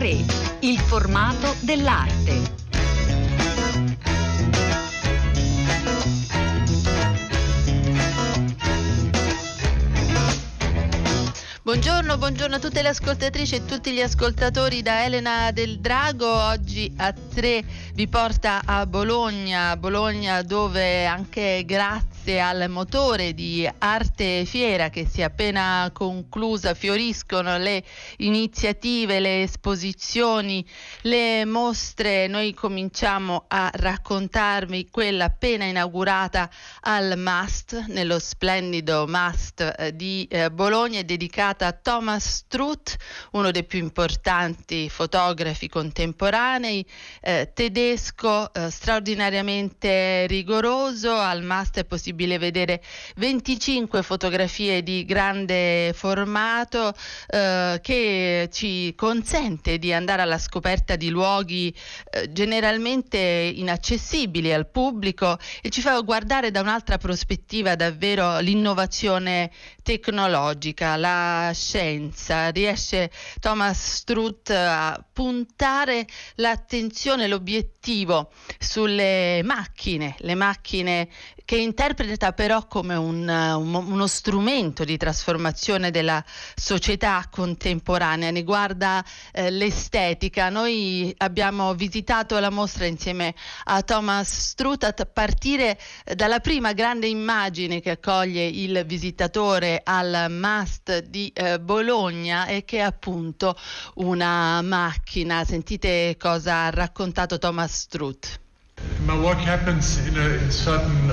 A3, il formato dell'arte. Buongiorno a tutte le ascoltatrici e tutti gli ascoltatori da Elena Del Drago. Oggi A3 vi porta a Bologna dove anche grazie al motore di Arte Fiera che si è appena conclusa fioriscono le iniziative, le esposizioni, le mostre. Noi cominciamo a raccontarvi quella appena inaugurata al MAST, nello splendido MAST di Bologna, è dedicata a Thomas Struth, uno dei più importanti fotografi contemporanei, tedesco, straordinariamente rigoroso. Al MAST è possibile vedere 25 fotografie di grande formato che ci consente di andare alla scoperta di luoghi generalmente inaccessibili al pubblico e ci fa guardare da un'altra prospettiva davvero l'innovazione tecnologica, la scienza. Riesce Thomas Struth a puntare l'attenzione, l'obiettivo sulle macchine, le macchine che interpreta però come uno strumento di trasformazione della società contemporanea. Ne guarda l'estetica. Noi abbiamo visitato la mostra insieme a Thomas Struth a partire dalla prima grande immagine che accoglie il visitatore al MAST di Bologna e che è appunto una macchina. Sentite cosa ha raccontato Thomas Struth. My work happens in a certain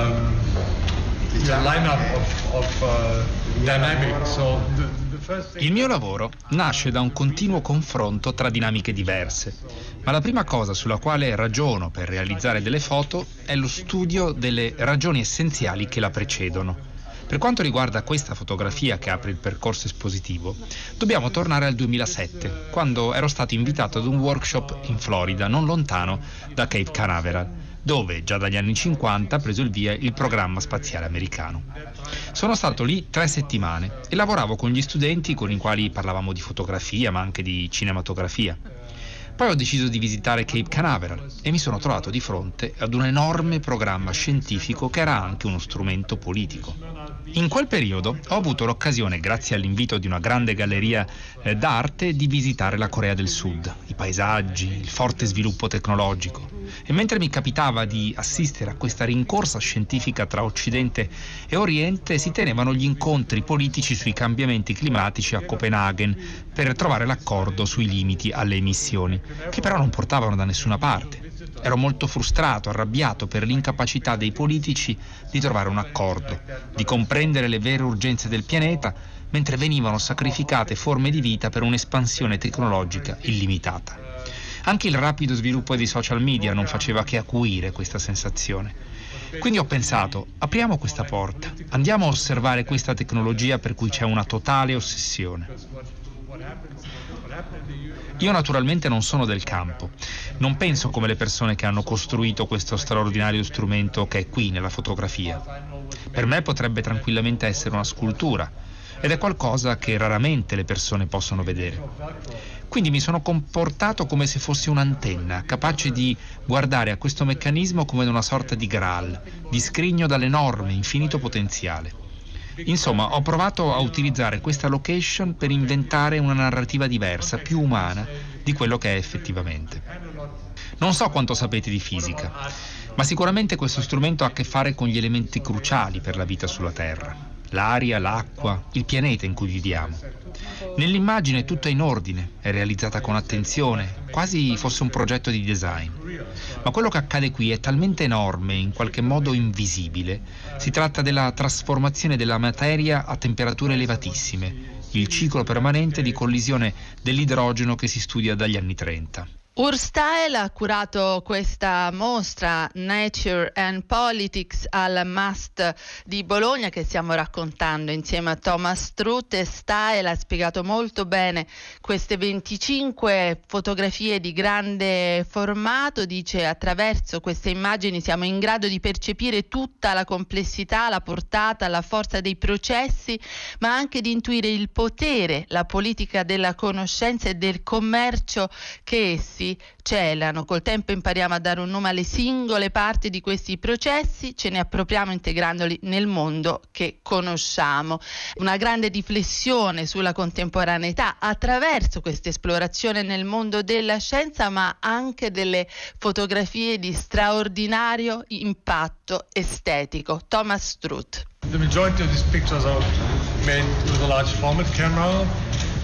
lineup of dynamics. So il mio lavoro nasce da un continuo confronto tra dinamiche diverse, ma la prima cosa sulla quale ragiono per realizzare delle foto è lo studio delle ragioni essenziali che la precedono. Per quanto riguarda questa fotografia che apre il percorso espositivo, dobbiamo tornare al 2007, quando ero stato invitato ad un workshop in Florida, non lontano da Cape Canaveral, dove già dagli anni 50 ha preso il via il programma spaziale americano. Sono stato lì 3 settimane e lavoravo con gli studenti con i quali parlavamo di fotografia, ma anche di cinematografia. Poi ho deciso di visitare Cape Canaveral e mi sono trovato di fronte ad un enorme programma scientifico che era anche uno strumento politico. In quel periodo ho avuto l'occasione, grazie all'invito di una grande galleria d'arte, di visitare la Corea del Sud, i paesaggi, il forte sviluppo tecnologico. E mentre mi capitava di assistere a questa rincorsa scientifica tra Occidente e Oriente, si tenevano gli incontri politici sui cambiamenti climatici a Copenaghen per trovare l'accordo sui limiti alle emissioni, che però non portavano da nessuna parte. Ero molto frustrato, arrabbiato per l'incapacità dei politici di trovare un accordo, di comprendere le vere urgenze del pianeta, mentre venivano sacrificate forme di vita per un'espansione tecnologica illimitata. Anche il rapido sviluppo dei social media non faceva che acuire questa sensazione. Quindi ho pensato, apriamo questa porta, andiamo a osservare questa tecnologia per cui c'è una totale ossessione. Io naturalmente non sono del campo, non penso come le persone che hanno costruito questo straordinario strumento che è qui nella fotografia. Per me potrebbe tranquillamente essere una scultura ed è qualcosa che raramente le persone possono vedere. Quindi mi sono comportato come se fossi un'antenna, capace di guardare a questo meccanismo come ad una sorta di Graal, di scrigno dall'enorme, infinito potenziale. Insomma, ho provato a utilizzare questa location per inventare una narrativa diversa, più umana di quello che è effettivamente. Non so quanto sapete di fisica, ma sicuramente questo strumento ha a che fare con gli elementi cruciali per la vita sulla Terra. L'aria, l'acqua, il pianeta in cui viviamo. Nell'immagine tutto è in ordine, è realizzata con attenzione, quasi fosse un progetto di design. Ma quello che accade qui è talmente enorme, in qualche modo invisibile. Si tratta della trasformazione della materia a temperature elevatissime, il ciclo permanente di collisione dell'idrogeno che si studia dagli anni 30. Urstyle ha curato questa mostra Nature and Politics al MUST di Bologna che stiamo raccontando insieme a Thomas Struth, e Style ha spiegato molto bene queste 25 fotografie di grande formato. Dice: attraverso queste immagini siamo in grado di percepire tutta la complessità, la portata, la forza dei processi, ma anche di intuire il potere, la politica della conoscenza e del commercio che essi celano. Col tempo impariamo a dare un nome alle singole parti di questi processi, ce ne appropriamo integrandoli nel mondo che conosciamo. Una grande riflessione sulla contemporaneità attraverso questa esplorazione nel mondo della scienza, ma anche delle fotografie di straordinario impatto estetico. Thomas Struth. The majority of these pictures are made with a large format camera.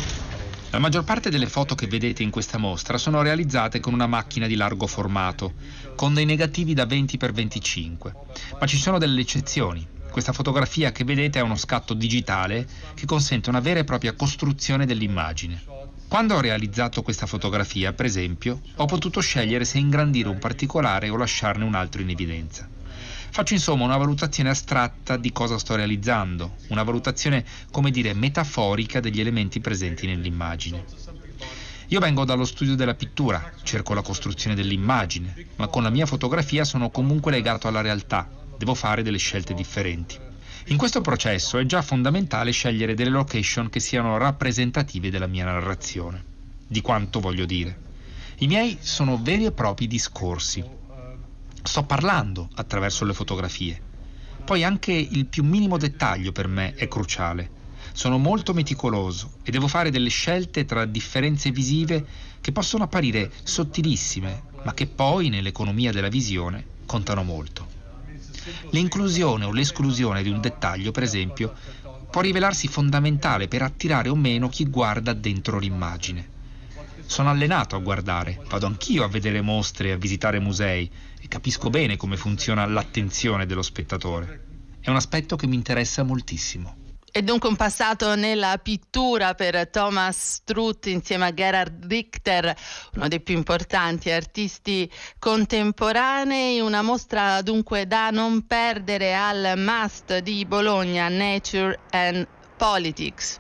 La maggior parte delle foto che vedete in questa mostra sono realizzate con una macchina di largo formato, con dei negativi da 20x25. Ma ci sono delle eccezioni. Questa fotografia che vedete è uno scatto digitale che consente una vera e propria costruzione dell'immagine. Quando ho realizzato questa fotografia, per esempio, ho potuto scegliere se ingrandire un particolare o lasciarne un altro in evidenza. Faccio insomma una valutazione astratta di cosa sto realizzando, una valutazione, come dire, metaforica degli elementi presenti nell'immagine. Io vengo dallo studio della pittura, cerco la costruzione dell'immagine, ma con la mia fotografia sono comunque legato alla realtà, devo fare delle scelte differenti. In questo processo è già fondamentale scegliere delle location che siano rappresentative della mia narrazione, di quanto voglio dire. I miei sono veri e propri discorsi. Sto parlando attraverso le fotografie. Poi anche il più minimo dettaglio per me è cruciale. Sono molto meticoloso e devo fare delle scelte tra differenze visive che possono apparire sottilissime, ma che poi nell'economia della visione contano molto. L'inclusione o l'esclusione di un dettaglio, per esempio, può rivelarsi fondamentale per attirare o meno chi guarda dentro l'immagine. Sono allenato a guardare, vado anch'io a vedere mostre, a visitare musei e capisco bene come funziona l'attenzione dello spettatore. È un aspetto che mi interessa moltissimo. E dunque un passato nella pittura per Thomas Struth insieme a Gerhard Richter, uno dei più importanti artisti contemporanei. Una mostra dunque da non perdere al MUST di Bologna, Nature and Politics.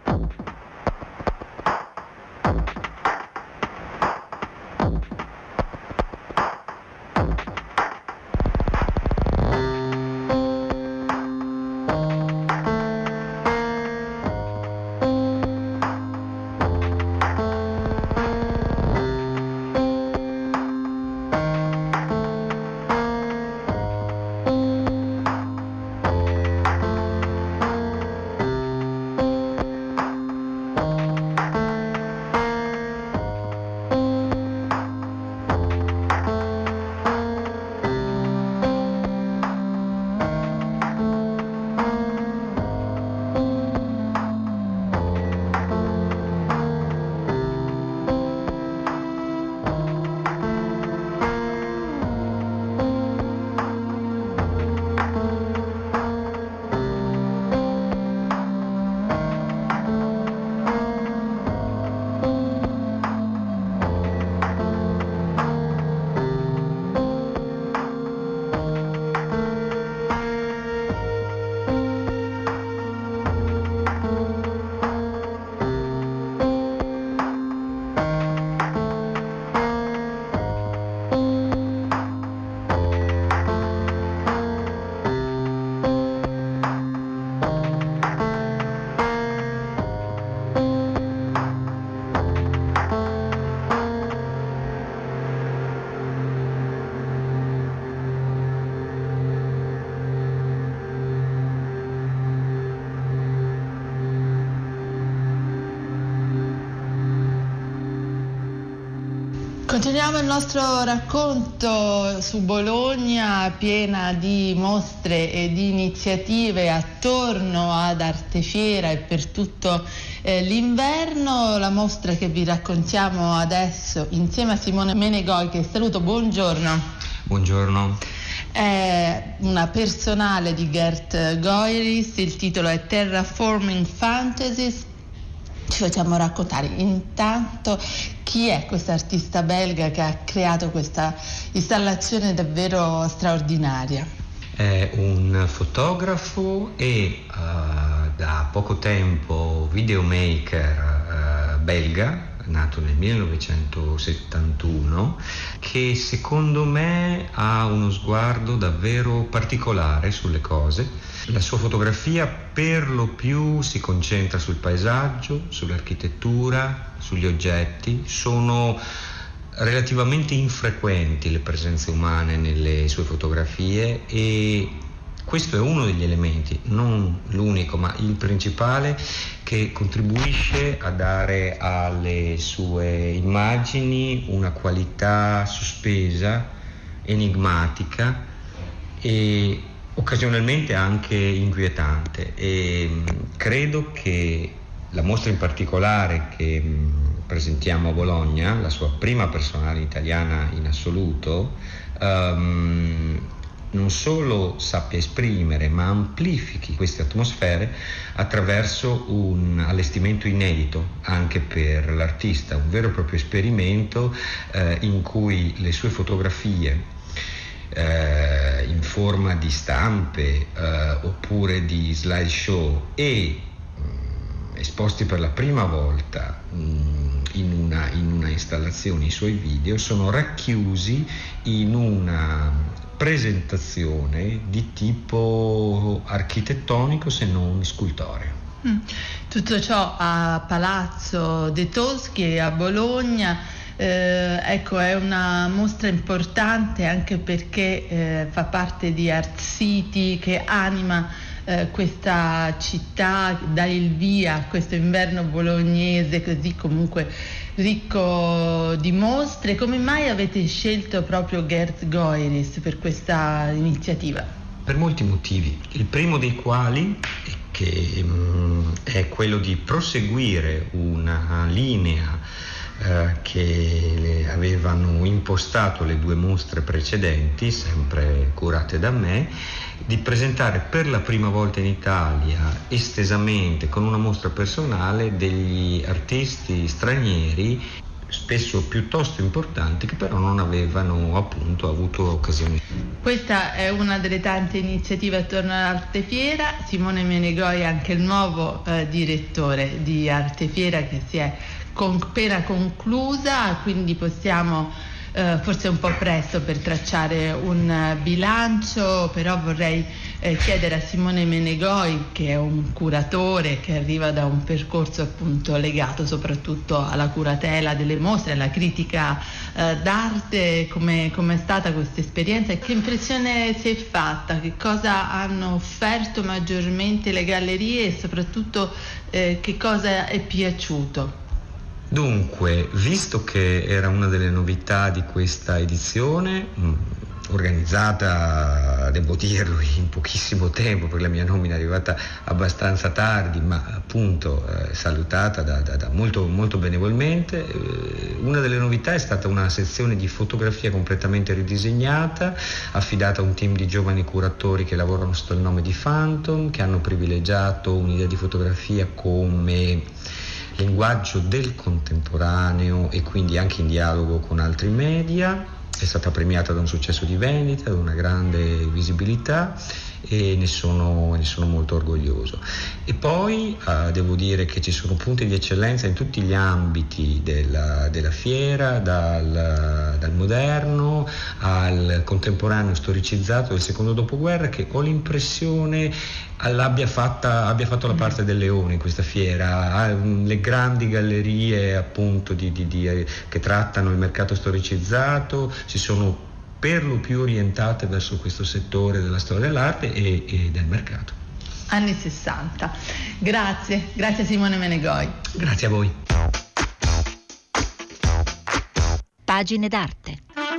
Continuiamo il nostro racconto su Bologna, piena di mostre e di iniziative attorno ad Artefiera e per tutto l'inverno. La mostra che vi raccontiamo adesso insieme a Simone Menegoi, che saluto, buongiorno. Buongiorno. È una personale di Gert Goiris, il titolo è Terraforming Fantasies. ci facciamo raccontare. Intanto, chi è questa artista belga che ha creato questa installazione davvero straordinaria? È un fotografo e da poco tempo videomaker belga, nato nel 1971, che secondo me ha uno sguardo davvero particolare sulle cose. La sua fotografia per lo più si concentra sul paesaggio, sull'architettura, sugli oggetti. Sono relativamente infrequenti le presenze umane nelle sue fotografie e questo è uno degli elementi, non l'unico, ma il principale, che contribuisce a dare alle sue immagini una qualità sospesa, enigmatica e occasionalmente anche inquietante. E credo che la mostra in particolare che presentiamo a Bologna, la sua prima personale italiana in assoluto, non solo sappia esprimere ma amplifichi queste atmosfere attraverso un allestimento inedito anche per l'artista, un vero e proprio esperimento in cui le sue fotografie in forma di stampe oppure di slideshow e esposti per la prima volta in una installazione, i suoi video sono racchiusi in una presentazione di tipo architettonico se non scultoreo. Tutto ciò a Palazzo De Toschi a Bologna. Ecco, è una mostra importante anche perché fa parte di Art City, che anima questa città, dà il via a questo inverno bolognese così comunque ricco di mostre. Come mai avete scelto proprio Gerd Goeritz per questa iniziativa? Per molti motivi, il primo dei quali è quello di proseguire una linea che avevano impostato le due mostre precedenti, sempre curate da me, di presentare per la prima volta in Italia estesamente, con una mostra personale, degli artisti stranieri spesso piuttosto importanti che però non avevano appunto avuto occasioni. Questa è una delle tante iniziative attorno all'Arte Fiera. Simone Menegoi è anche il nuovo direttore di Arte Fiera, che si è appena conclusa, quindi possiamo forse è un po' presto per tracciare un bilancio, però vorrei chiedere a Simone Menegoi, che è un curatore che arriva da un percorso appunto legato soprattutto alla curatela delle mostre, alla critica d'arte, come è stata questa esperienza e che impressione si è fatta, che cosa hanno offerto maggiormente le gallerie e soprattutto che cosa è piaciuto. Dunque, visto che era una delle novità di questa edizione, organizzata, devo dirlo, in pochissimo tempo, perché la mia nomina è arrivata abbastanza tardi, ma appunto salutata da molto, molto benevolmente, una delle novità è stata una sezione di fotografia completamente ridisegnata, affidata a un team di giovani curatori che lavorano sotto il nome di Phantom, che hanno privilegiato un'idea di fotografia come linguaggio del contemporaneo e quindi anche in dialogo con altri media. È stata premiata da un successo di vendita, da una grande visibilità e ne sono molto orgoglioso. E poi devo dire che ci sono punti di eccellenza in tutti gli ambiti della fiera, dal moderno al contemporaneo storicizzato del secondo dopoguerra, che ho l'impressione abbia fatto la parte del leone in questa fiera. Le grandi gallerie appunto che trattano il mercato storicizzato si sono per lo più orientate verso questo settore della storia dell'arte e del mercato. Anni 60. Grazie Simone Menegoi. Grazie a voi. Pagine d'arte.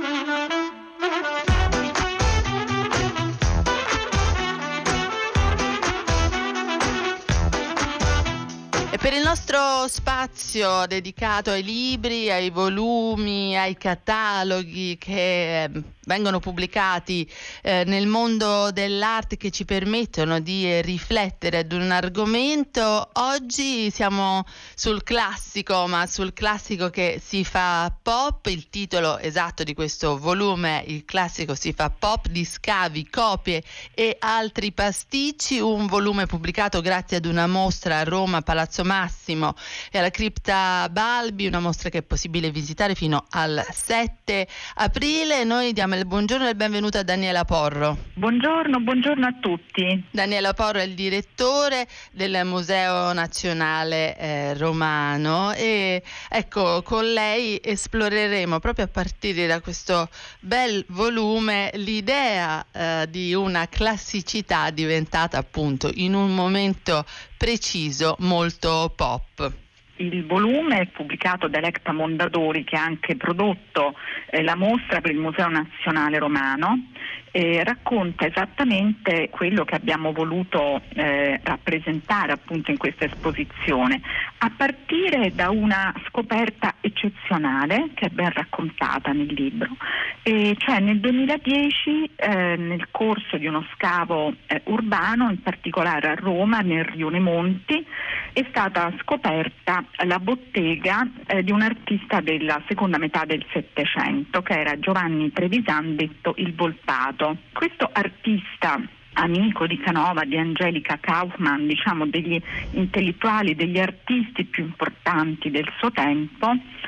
Per il nostro spazio dedicato ai libri, ai volumi, ai cataloghi che vengono pubblicati nel mondo dell'arte, che ci permettono di riflettere ad un argomento. Oggi siamo sul classico, ma sul classico che si fa pop. Il titolo esatto di questo volume è Il classico si fa pop, di scavi, copie e altri pasticci, un volume pubblicato grazie ad una mostra a Roma, Palazzo Massimo e alla Cripta Balbi, una mostra che è possibile visitare fino al 7 aprile. Noi diamo il buongiorno e il benvenuto a Daniela Porro. Buongiorno a tutti. Daniela Porro è il direttore del Museo Nazionale Romano, e ecco, con lei esploreremo proprio a partire da questo bel volume l'idea di una classicità diventata appunto in un momento preciso molto pop. Il volume è pubblicato da Electa Mondadori, che ha anche prodotto la mostra per il Museo Nazionale Romano, e racconta esattamente quello che abbiamo voluto rappresentare appunto in questa esposizione, a partire da una scoperta eccezionale che è ben raccontata nel libro, cioè nel 2010 nel corso di uno scavo urbano, in particolare a Roma, nel Rione Monti, è stata scoperta la bottega di un artista della seconda metà del Settecento, che era Giovanni Trevisan, detto il Volpato. Questo artista, amico di Canova, di Angelica Kaufmann, diciamo degli intellettuali, degli artisti più importanti del suo tempo,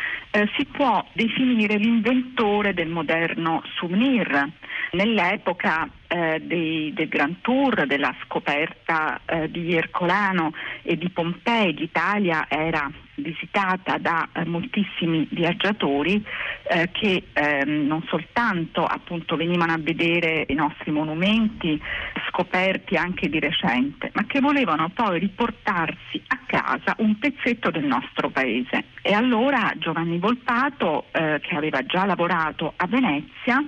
si può definire l'inventore del moderno souvenir. Nell'epoca del Grand Tour, della scoperta di Ercolano e di Pompei, l'Italia era visitata da moltissimi viaggiatori che non soltanto appunto venivano a vedere i nostri monumenti scoperti anche di recente, ma che volevano poi riportarsi a casa un pezzetto del nostro paese. E allora Giovanni Volpato, che aveva già lavorato a Venezia,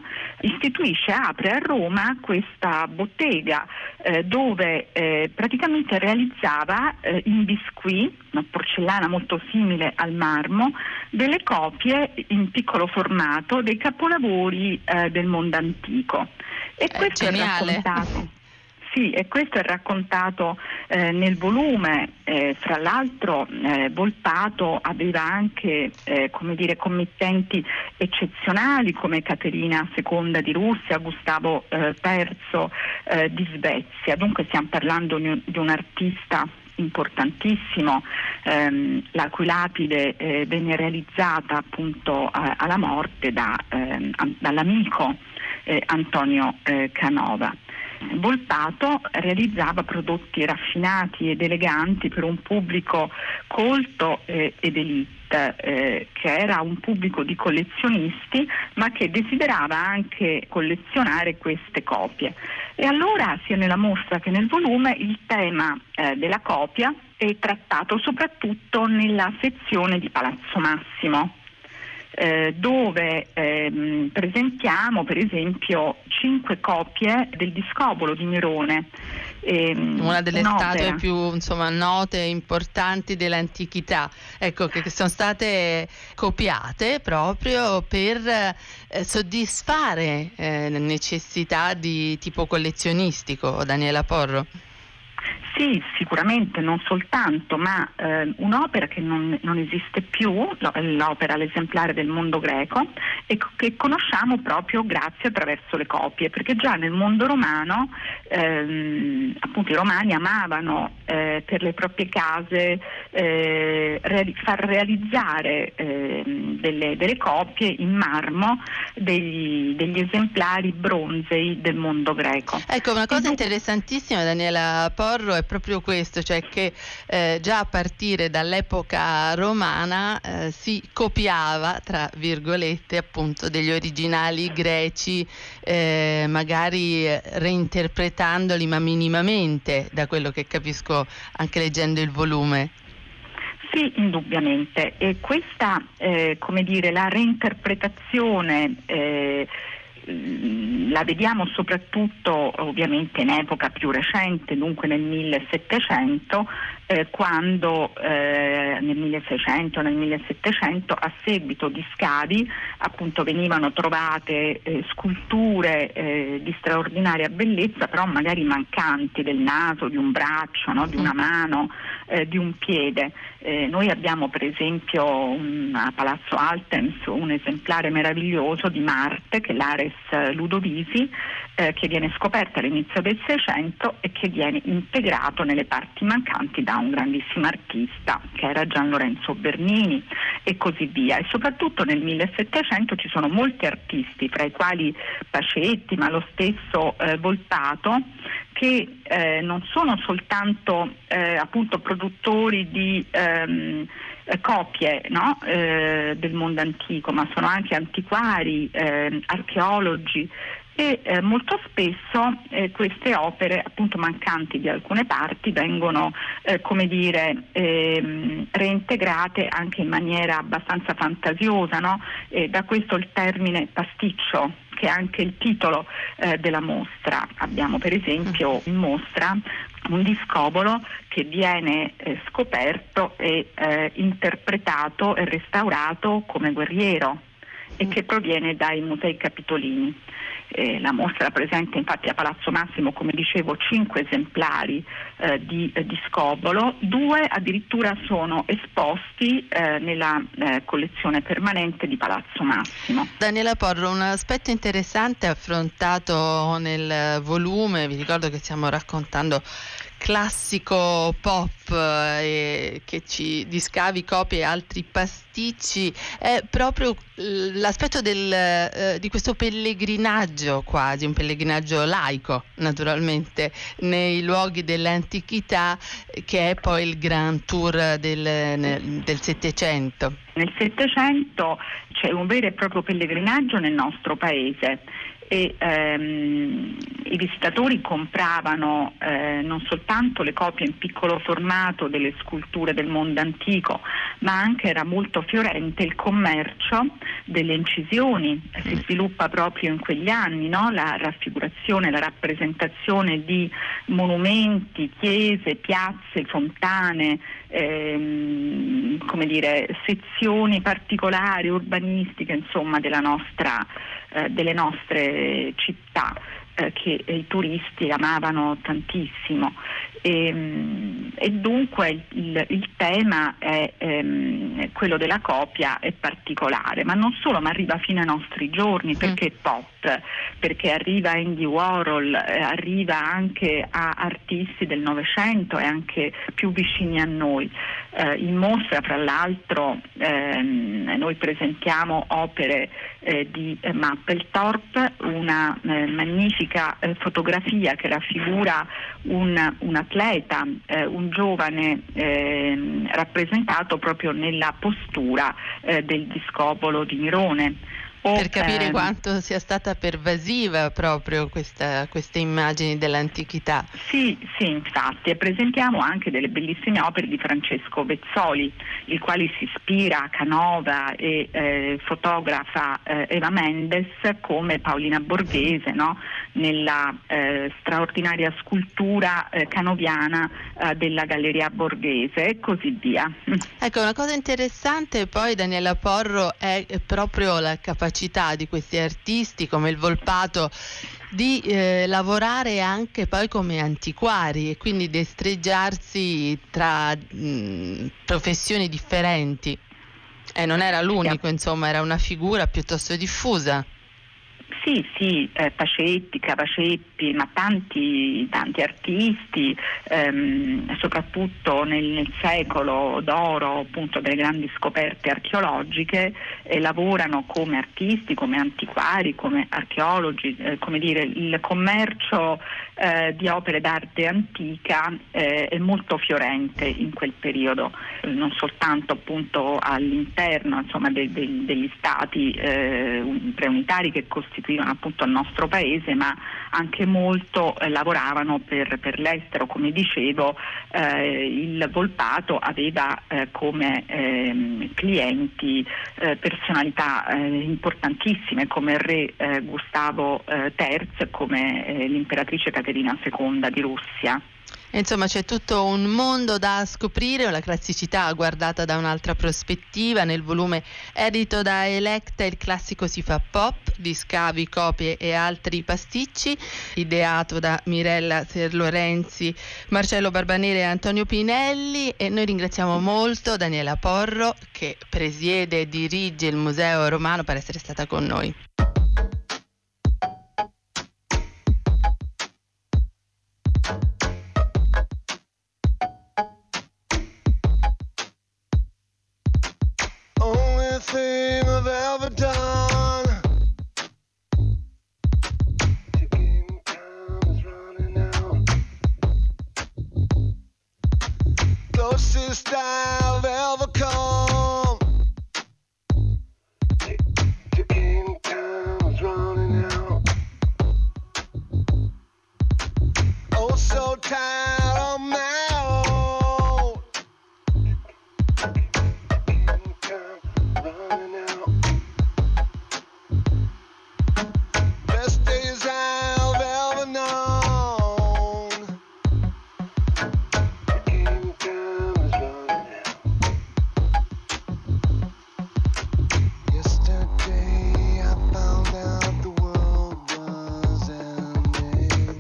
apre a Roma questa bottega dove praticamente realizzava in biscuit, una porcellana molto simile al marmo, delle copie in piccolo formato dei capolavori del mondo antico. E questo geniale. è raccontato. Sì, e questo è raccontato nel volume. Fra l'altro Volpato aveva anche committenti eccezionali come Caterina II di Russia, Gustavo III di Svezia. Dunque stiamo parlando di un artista importantissimo, la cui lapide venne realizzata appunto alla morte dall'amico Antonio Canova. Volpato realizzava prodotti raffinati ed eleganti per un pubblico colto ed elite, che era un pubblico di collezionisti, ma che desiderava anche collezionare queste copie. E allora, sia nella mostra che nel volume, il tema della copia è trattato soprattutto nella sezione di Palazzo Massimo, dove presentiamo per esempio 5 copie del Discobolo di Nerone, una delle statue più note e importanti dell'antichità, ecco, che sono state copiate proprio per soddisfare necessità di tipo collezionistico. Daniela Porro. Sì, sicuramente, non soltanto, ma un'opera che non esiste più, l'opera l'esemplare del mondo greco, e che conosciamo proprio grazie attraverso le copie, perché già nel mondo romano appunto i romani amavano per le proprie case far realizzare delle copie in marmo degli esemplari bronzei del mondo greco. Ecco, una cosa interessantissima, Daniela Porro, è proprio questo, cioè che già a partire dall'epoca romana si copiava, tra virgolette, appunto degli originali greci, magari reinterpretandoli ma minimamente, da quello che capisco anche leggendo il volume. Sì, indubbiamente, e questa la reinterpretazione la vediamo soprattutto ovviamente in epoca più recente, dunque nel 1700, quando nel 1600, nel 1700, a seguito di scavi appunto venivano trovate sculture di straordinaria bellezza, però magari mancanti del naso, di un braccio, no? Di una mano, di un piede. Noi abbiamo per esempio a Palazzo Altens un esemplare meraviglioso di Marte, che è l'Ares Ludovisi, che viene scoperta all'inizio del Seicento e che viene integrato nelle parti mancanti da un grandissimo artista che era Gian Lorenzo Bernini, e così via. E soprattutto nel 1700 ci sono molti artisti, fra i quali Pacetti, ma lo stesso Volpato, che non sono soltanto appunto produttori di copie, no? Del mondo antico, ma sono anche antiquari, archeologi, e molto spesso queste opere appunto mancanti di alcune parti vengono reintegrate anche in maniera abbastanza fantasiosa, no? Da questo il termine pasticcio, che è anche il titolo della mostra. Abbiamo per esempio in mostra un discobolo che viene scoperto e interpretato e restaurato come guerriero e che proviene dai Musei Capitolini. La mostra presenta infatti a Palazzo Massimo, come dicevo, 5 esemplari di scobolo, 2 addirittura sono esposti nella collezione permanente di Palazzo Massimo. Daniela Porro, un aspetto interessante affrontato nel volume, vi ricordo che stiamo raccontando classico pop che di scavi, copie e altri pasticci, è proprio l'aspetto di questo pellegrinaggio, quasi un pellegrinaggio laico naturalmente, nei luoghi dell'antichità, che è poi il Grand Tour del Settecento. Nel Settecento c'è un vero e proprio pellegrinaggio nel nostro paese, e i visitatori compravano non soltanto le copie in piccolo formato delle sculture del mondo antico, ma anche era molto fiorente il commercio delle incisioni. Si sviluppa proprio in quegli anni, no? La raffigurazione, la rappresentazione di monumenti, chiese, piazze, fontane, sezioni particolari, urbanistiche, insomma, delle nostre città, che i turisti amavano tantissimo, e dunque il tema è quello della copia è particolare, ma non solo, ma arriva fino ai nostri giorni, perché è pop, perché arriva a Andy Warhol, arriva anche a artisti del Novecento e anche più vicini a noi. In mostra, fra l'altro, noi presentiamo opere di Mapplethorpe, una magnifica fotografia che raffigura un atleta, un giovane rappresentato proprio nella postura del discobolo di Mirone. Per capire quanto sia stata pervasiva proprio queste immagini dell'antichità. Sì, infatti, e presentiamo anche delle bellissime opere di Francesco Vezzoli, il quale si ispira a Canova e fotografa Eva Mendes come Paolina Borghese, no? Nella straordinaria scultura canoviana della Galleria Borghese, e così via. Ecco, una cosa interessante poi, Daniela Porro, è proprio la capacità di questi artisti come il Volpato di lavorare anche poi come antiquari e quindi destreggiarsi tra professioni differenti. Non era l'unico, insomma, era una figura piuttosto diffusa. Sì, Pacetti, Cavaceppi, ma tanti artisti, soprattutto nel secolo d'oro appunto delle grandi scoperte archeologiche, lavorano come artisti, come antiquari, come archeologi, il commercio di opere d'arte antica è molto fiorente in quel periodo, non soltanto appunto all'interno, insomma, degli stati preunitari che costituiscono restituivano appunto al nostro paese, ma anche molto lavoravano per l'estero. Come dicevo, il Volpato aveva come clienti personalità importantissime come il re Gustavo III e come l'imperatrice Caterina II di Russia. Insomma, c'è tutto un mondo da scoprire, la classicità guardata da un'altra prospettiva. Nel volume edito da Electa il classico si fa pop, di scavi, copie e altri pasticci, ideato da Mirella Serlorenzi, Marcello Barbanera e Antonio Pinelli, e noi ringraziamo molto Daniela Porro, che presiede e dirige il Museo Romano, per essere stata con noi. Thing I've ever done. Ticking time is running out. Closest I've ever come. Ticking time is running out. Oh, so tired of my own. Running out. Best days I've ever known. Game time is running out. Yesterday I found out the world was ending.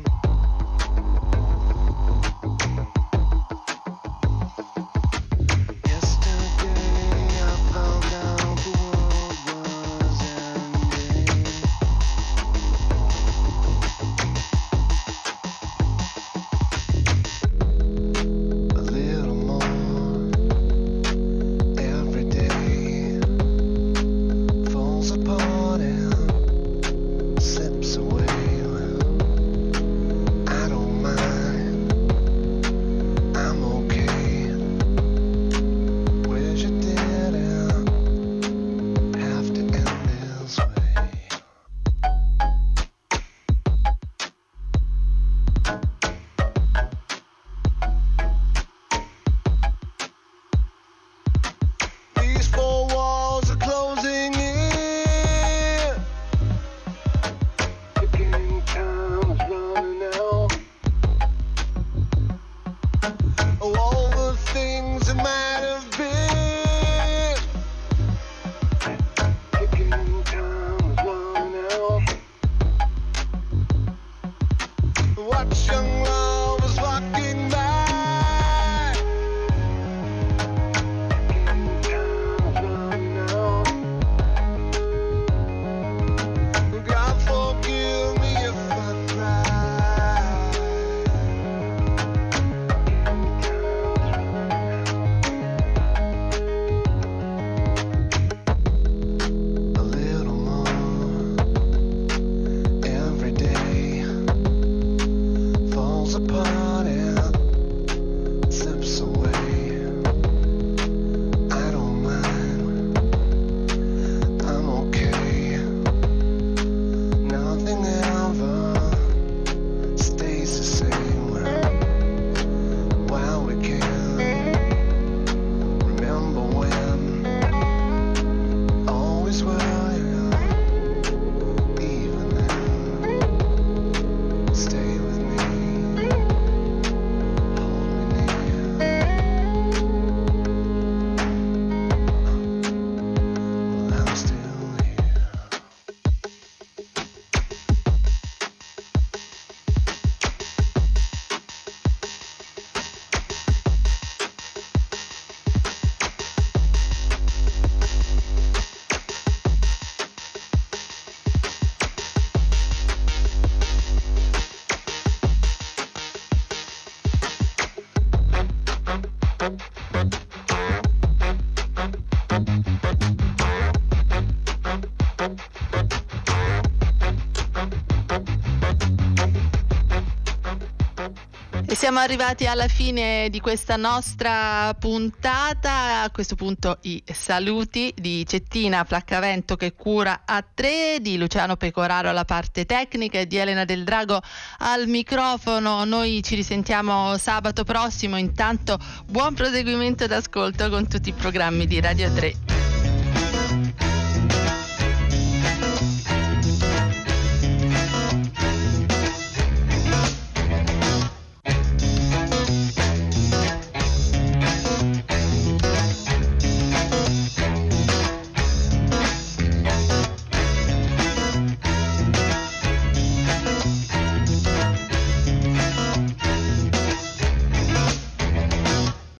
Yesterday I found out the world was ending. A little more every day falls apart and slips away. Well, I don't mind, I'm okay. Wish it didn't have to end this way. These four walls are closing in. Ticking time is running out. Oh, all the things that might have been. Ticking time is running out. Watch young lovers walking by. Ticking time is running out. God forgive me if I cry. A little more every day falls apart and slips away. I don't mind, I'm okay. Nothing ever stays the same. While we can remember when, always will. Even then, stay with me, hold me near. Well, I'm still here. Siamo arrivati alla fine di questa nostra puntata. A questo punto i saluti di Cettina Flaccavento che cura A3, di Luciano Pecoraro alla parte tecnica e di Elena Del Drago al microfono. Noi ci risentiamo sabato prossimo. Intanto buon proseguimento d'ascolto con tutti i programmi di Radio 3.